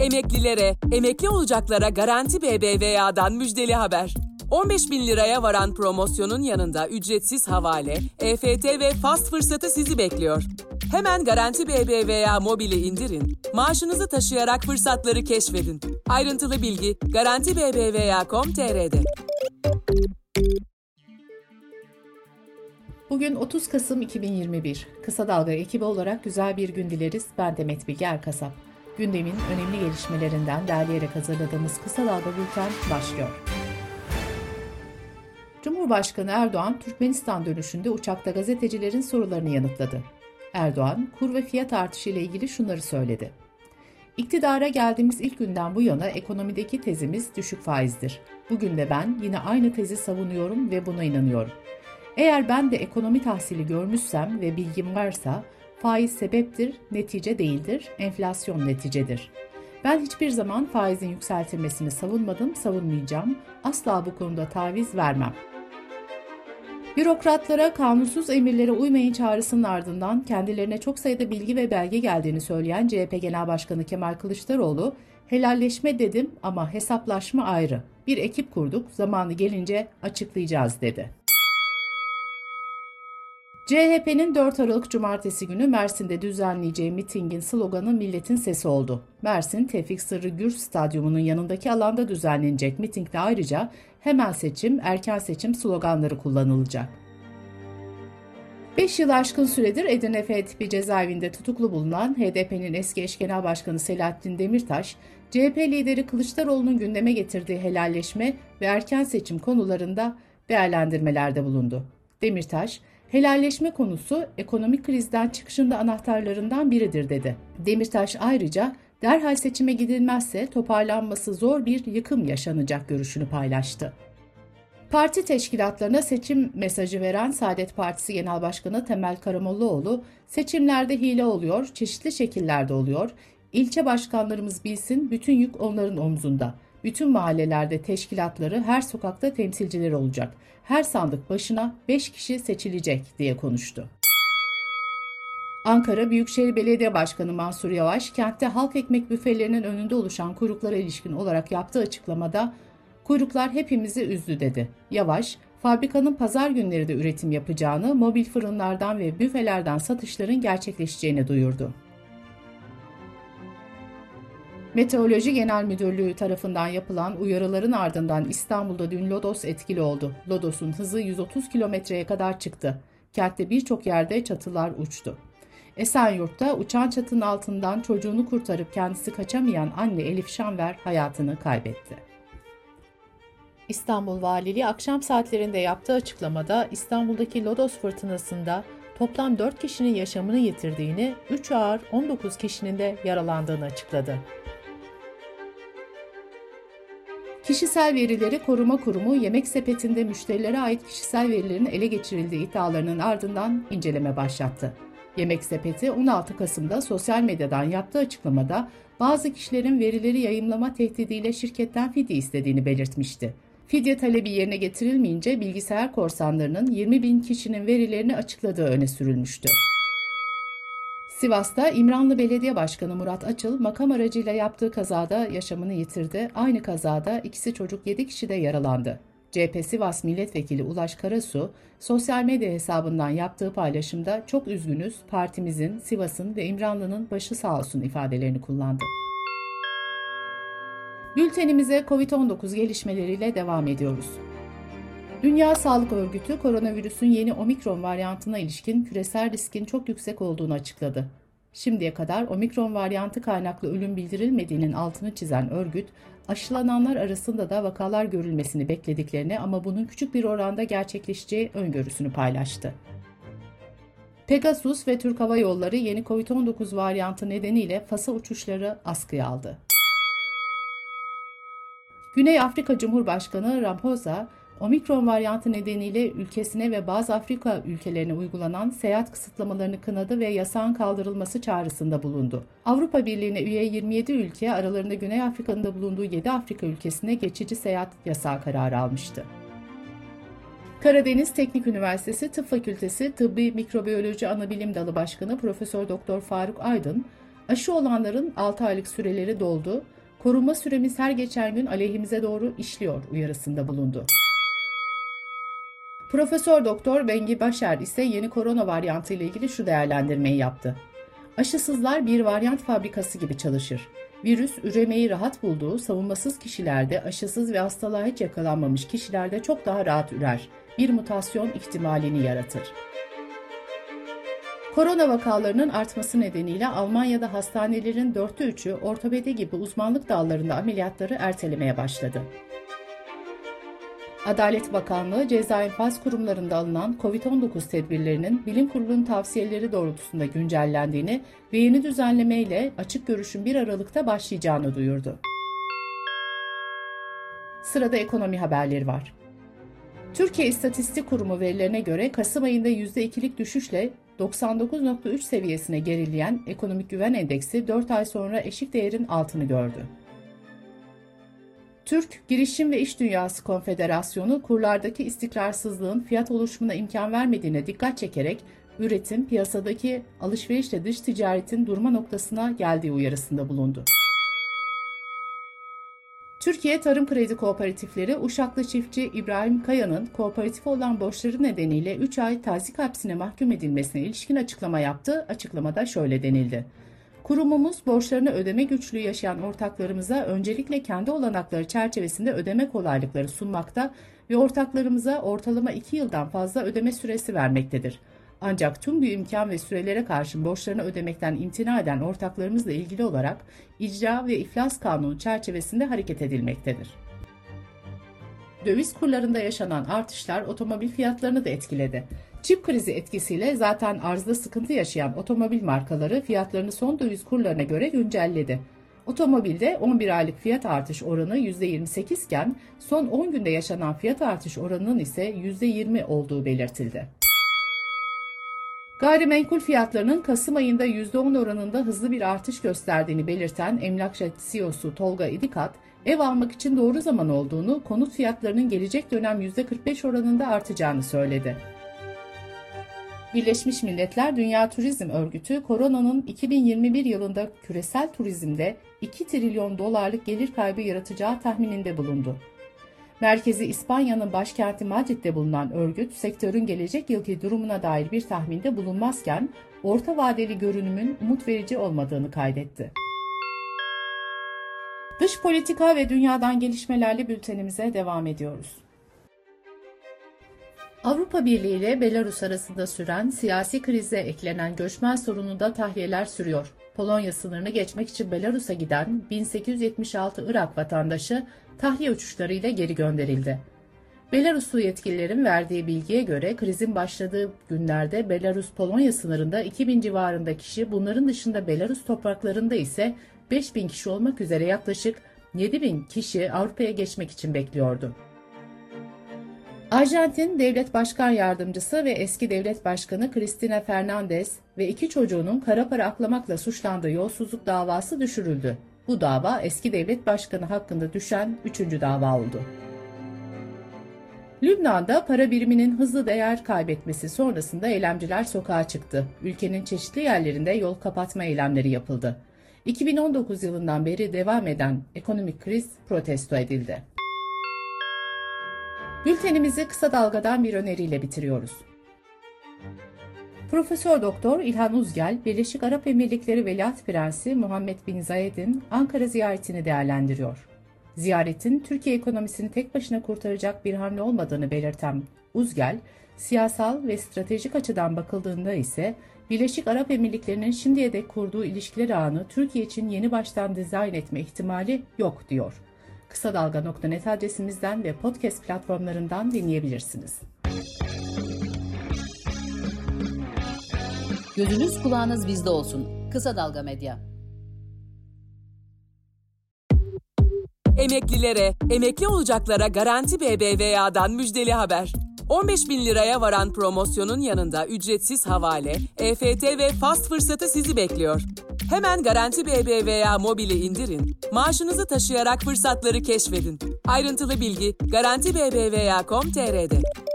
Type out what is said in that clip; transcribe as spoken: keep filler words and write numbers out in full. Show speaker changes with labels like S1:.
S1: Emeklilere, emekli olacaklara Garanti B B V A'dan müjdeli haber. on beş bin liraya varan promosyonun yanında ücretsiz havale, E F T ve fast fırsatı sizi bekliyor. Hemen Garanti B B V A mobili indirin, maaşınızı taşıyarak fırsatları keşfedin. Ayrıntılı bilgi garanti b b v a nokta com nokta t r'de.
S2: Bugün otuz Kasım iki bin yirmi bir. Kısa Dalga ekibi olarak güzel bir gün dileriz. Ben Demet Bilge Erkasap. Gündemin önemli gelişmelerinden derleyerek hazırladığımız Kısa Dalga Bülten başlıyor. Cumhurbaşkanı Erdoğan, Türkmenistan dönüşünde uçakta gazetecilerin sorularını yanıtladı. Erdoğan, kur ve fiyat artışı ile ilgili şunları söyledi. İktidara geldiğimiz ilk günden bu yana ekonomideki tezimiz düşük faizdir. Bugün de ben yine aynı tezi savunuyorum ve buna inanıyorum. Eğer ben de ekonomi tahsili görmüşsem ve bilgim varsa, faiz sebeptir, netice değildir, enflasyon neticedir. Ben hiçbir zaman faizin yükseltilmesini savunmadım, savunmayacağım, asla bu konuda taviz vermem. Bürokratlara kanunsuz emirlere uymayın çağrısının ardından kendilerine çok sayıda bilgi ve belge geldiğini söyleyen C H P Genel Başkanı Kemal Kılıçdaroğlu, helalleşme dedim ama hesaplaşma ayrı. Bir ekip kurduk, zamanı gelince açıklayacağız dedi. C H P'nin dört Aralık Cumartesi günü Mersin'de düzenleyeceği mitingin sloganı Milletin Sesi oldu. Mersin, Tevfik Sırrı Gürs Stadyumu'nun yanındaki alanda düzenlenecek mitingde ayrıca hemen seçim, erken seçim sloganları kullanılacak. beş yıl aşkın süredir Edirne F tipi cezaevinde tutuklu bulunan H D P'nin eski eş genel başkanı Selahattin Demirtaş, C H P lideri Kılıçdaroğlu'nun gündeme getirdiği helalleşme ve erken seçim konularında değerlendirmelerde bulundu. Demirtaş, helalleşme konusu ekonomik krizden çıkışında anahtarlarından biridir dedi. Demirtaş ayrıca derhal seçime gidilmezse toparlanması zor bir yıkım yaşanacak görüşünü paylaştı. Parti teşkilatlarına seçim mesajı veren Saadet Partisi Genel Başkanı Temel Karamollaoğlu, seçimlerde hile oluyor, çeşitli şekillerde oluyor. İlçe başkanlarımız bilsin, bütün yük onların omzunda. Bütün mahallelerde teşkilatları, her sokakta temsilcileri olacak. Her sandık başına beş kişi seçilecek diye konuştu. Ankara Büyükşehir Belediye Başkanı Mansur Yavaş, kentte halk ekmek büfelerinin önünde oluşan kuyruklara ilişkin olarak yaptığı açıklamada, "Kuyruklar hepimizi üzdü" dedi. Yavaş, fabrikanın pazar günleri de üretim yapacağını, mobil fırınlardan ve büfelerden satışların gerçekleşeceğini duyurdu. Meteoroloji Genel Müdürlüğü tarafından yapılan uyarıların ardından İstanbul'da dün lodos etkili oldu. Lodos'un hızı yüz otuz kilometreye kadar çıktı. Kentte birçok yerde çatılar uçtu. Esenyurt'ta uçan çatının altından çocuğunu kurtarıp kendisi kaçamayan anne Elif Şanver hayatını kaybetti. İstanbul Valiliği akşam saatlerinde yaptığı açıklamada İstanbul'daki lodos fırtınasında toplam dört kişinin yaşamını yitirdiğini, üç ağır on dokuz kişinin de yaralandığını açıkladı. Kişisel Verileri Koruma Kurumu, Yemek Sepeti'nde müşterilere ait kişisel verilerin ele geçirildiği iddialarının ardından inceleme başlattı. Yemek Sepeti, on altı Kasım'da sosyal medyadan yaptığı açıklamada bazı kişilerin verileri yayımlama tehdidiyle şirketten fidye istediğini belirtmişti. Fidye talebi yerine getirilmeyince bilgisayar korsanlarının yirmi bin kişinin verilerini açıkladığı öne sürülmüştü. Sivas'ta İmranlı Belediye Başkanı Murat Açıl makam aracıyla yaptığı kazada yaşamını yitirdi. Aynı kazada ikisi çocuk yedi kişi de yaralandı. C H P Sivas Milletvekili Ulaş Karasu, sosyal medya hesabından yaptığı paylaşımda "Çok üzgünüz, partimizin, Sivas'ın ve İmranlı'nın başı sağ olsun" ifadelerini kullandı. Bültenimize kovid on dokuz gelişmeleriyle devam ediyoruz. Dünya Sağlık Örgütü, koronavirüsün yeni omikron varyantına ilişkin küresel riskin çok yüksek olduğunu açıkladı. Şimdiye kadar omikron varyantı kaynaklı ölüm bildirilmediğinin altını çizen örgüt, aşılananlar arasında da vakalar görülmesini beklediklerini ama bunun küçük bir oranda gerçekleşeceği öngörüsünü paylaştı. Pegasus ve Türk Hava Yolları yeni kovid on dokuz varyantı nedeniyle Fas'a uçuşları askıya aldı. Güney Afrika Cumhurbaşkanı Ramaphosa, omikron varyantı nedeniyle ülkesine ve bazı Afrika ülkelerine uygulanan seyahat kısıtlamalarını kınadı ve yasağın kaldırılması çağrısında bulundu. Avrupa Birliği'ne üye yirmi yedi ülke, aralarında Güney Afrika'nın da bulunduğu yedi Afrika ülkesine geçici seyahat yasağı kararı almıştı. Karadeniz Teknik Üniversitesi Tıp Fakültesi Tıbbi Mikrobiyoloji Anabilim Dalı Başkanı Profesör Doktor Faruk Aydın, Aşı olanların altı aylık süreleri doldu. Korunma süremiz her geçen gün aleyhimize doğru işliyor uyarısında bulundu. Profesör Doktor Bengi Başar ise yeni korona varyantı ile ilgili şu değerlendirmeyi yaptı. Aşısızlar bir varyant fabrikası gibi çalışır. Virüs üremeyi rahat bulduğu savunmasız kişilerde, aşısız ve hastalığa hiç yakalanmamış kişilerde çok daha rahat ürer. Bir mutasyon ihtimalini yaratır. Korona vakalarının artması nedeniyle Almanya'da hastanelerin dörtte üçü ortopedi gibi uzmanlık dallarında ameliyatları ertelemeye başladı. Adalet Bakanlığı, ceza infaz kurumlarında alınan kovid on dokuz tedbirlerinin bilim kurulunun tavsiyeleri doğrultusunda güncellendiğini ve yeni düzenlemeyle açık görüşün bir Aralık'ta başlayacağını duyurdu. Sırada ekonomi haberleri var. Türkiye İstatistik Kurumu verilerine göre Kasım ayında yüzde ikilik düşüşle doksan dokuz nokta üç seviyesine gerileyen ekonomik güven endeksi dört ay sonra eşik değerin altını gördü. Türk Girişim ve İş Dünyası Konfederasyonu kurlardaki istikrarsızlığın fiyat oluşumuna imkan vermediğine dikkat çekerek üretim, piyasadaki alışverişle dış ticaretin durma noktasına geldiği uyarısında bulundu. Türkiye Tarım Kredi Kooperatifleri, Uşaklı çiftçi İbrahim Kaya'nın kooperatife olan borçları nedeniyle üç ay tazik hapsine mahkum edilmesine ilişkin açıklama yaptı. Açıklamada şöyle denildi. Kurumumuz borçlarını ödeme güçlüğü yaşayan ortaklarımıza öncelikle kendi olanakları çerçevesinde ödeme kolaylıkları sunmakta ve ortaklarımıza ortalama iki yıldan fazla ödeme süresi vermektedir. Ancak tüm bu imkan ve sürelere karşın borçlarını ödemekten imtina eden ortaklarımızla ilgili olarak icra ve iflas kanunu çerçevesinde hareket edilmektedir. Döviz kurlarında yaşanan artışlar otomobil fiyatlarını da etkiledi. Çip krizi etkisiyle zaten arzda sıkıntı yaşayan otomobil markaları fiyatlarını son döviz kurlarına göre güncelledi. Otomobilde on bir aylık fiyat artış oranı yüzde yirmi sekiz iken son on günde yaşanan fiyat artış oranının ise yüzde yirmi olduğu belirtildi. Gayrimenkul fiyatlarının Kasım ayında yüzde on oranında hızlı bir artış gösterdiğini belirten Emlakçı C E O'su Tolga İdikat, ev almak için doğru zaman olduğunu, konut fiyatlarının gelecek dönem yüzde kırk beş oranında artacağını söyledi. Birleşmiş Milletler Dünya Turizm Örgütü, koronanın iki bin yirmi bir yılında küresel turizmde iki trilyon dolarlık gelir kaybı yaratacağı tahmininde bulundu. Merkezi İspanya'nın başkenti Madrid'de bulunan örgüt, sektörün gelecek yılki durumuna dair bir tahminde bulunmazken, orta vadeli görünümün umut verici olmadığını kaydetti. Dış politika ve dünyadan gelişmelerle bültenimize devam ediyoruz. Avrupa Birliği ile Belarus arasında süren siyasi krize eklenen göçmen sorununda tahliyeler sürüyor. Polonya sınırını geçmek için Belarus'a giden bin sekiz yüz yetmiş altı Irak vatandaşı tahliye uçuşlarıyla geri gönderildi. Belaruslu yetkililerin verdiği bilgiye göre krizin başladığı günlerde Belarus-Polonya sınırında iki bin civarında kişi, bunların dışında Belarus topraklarında ise beş bin kişi olmak üzere yaklaşık yedi bin kişi Avrupa'ya geçmek için bekliyordu. Arjantin Devlet Başkan Yardımcısı ve eski devlet başkanı Cristina Fernández ve iki çocuğunun kara para aklamakla suçlandığı yolsuzluk davası düşürüldü. Bu dava eski devlet başkanı hakkında düşen üçüncü dava oldu. Lübnan'da para biriminin hızlı değer kaybetmesi sonrasında eylemciler sokağa çıktı. Ülkenin çeşitli yerlerinde yol kapatma eylemleri yapıldı. iki bin on dokuz yılından beri devam eden ekonomik kriz protesto edildi. Bültenimizi kısa dalgadan bir öneriyle bitiriyoruz. Profesör Doktor İlhan Uzgel, Birleşik Arap Emirlikleri Veliaht Prensi Muhammed Bin Zayed'in Ankara ziyaretini değerlendiriyor. Ziyaretin Türkiye ekonomisini tek başına kurtaracak bir hamle olmadığını belirten Uzgel, siyasal ve stratejik açıdan bakıldığında ise Birleşik Arap Emirlikleri'nin şimdiye dek kurduğu ilişkiler ağını Türkiye için yeni baştan dizayn etme ihtimali yok diyor. kısa dalga nokta net adresimizden ve podcast platformlarından dinleyebilirsiniz.
S3: Gözünüz kulağınız bizde olsun. Kısa Dalga Medya.
S1: Emeklilere, emekli olacaklara Garanti B B V A'dan müjdeli haber. on beş bin liraya varan promosyonun yanında ücretsiz havale, E F T ve fast fırsatı sizi bekliyor. Hemen Garanti B B V A mobili indirin, maaşınızı taşıyarak fırsatları keşfedin. Ayrıntılı bilgi garanti b b v a nokta com nokta t r'de.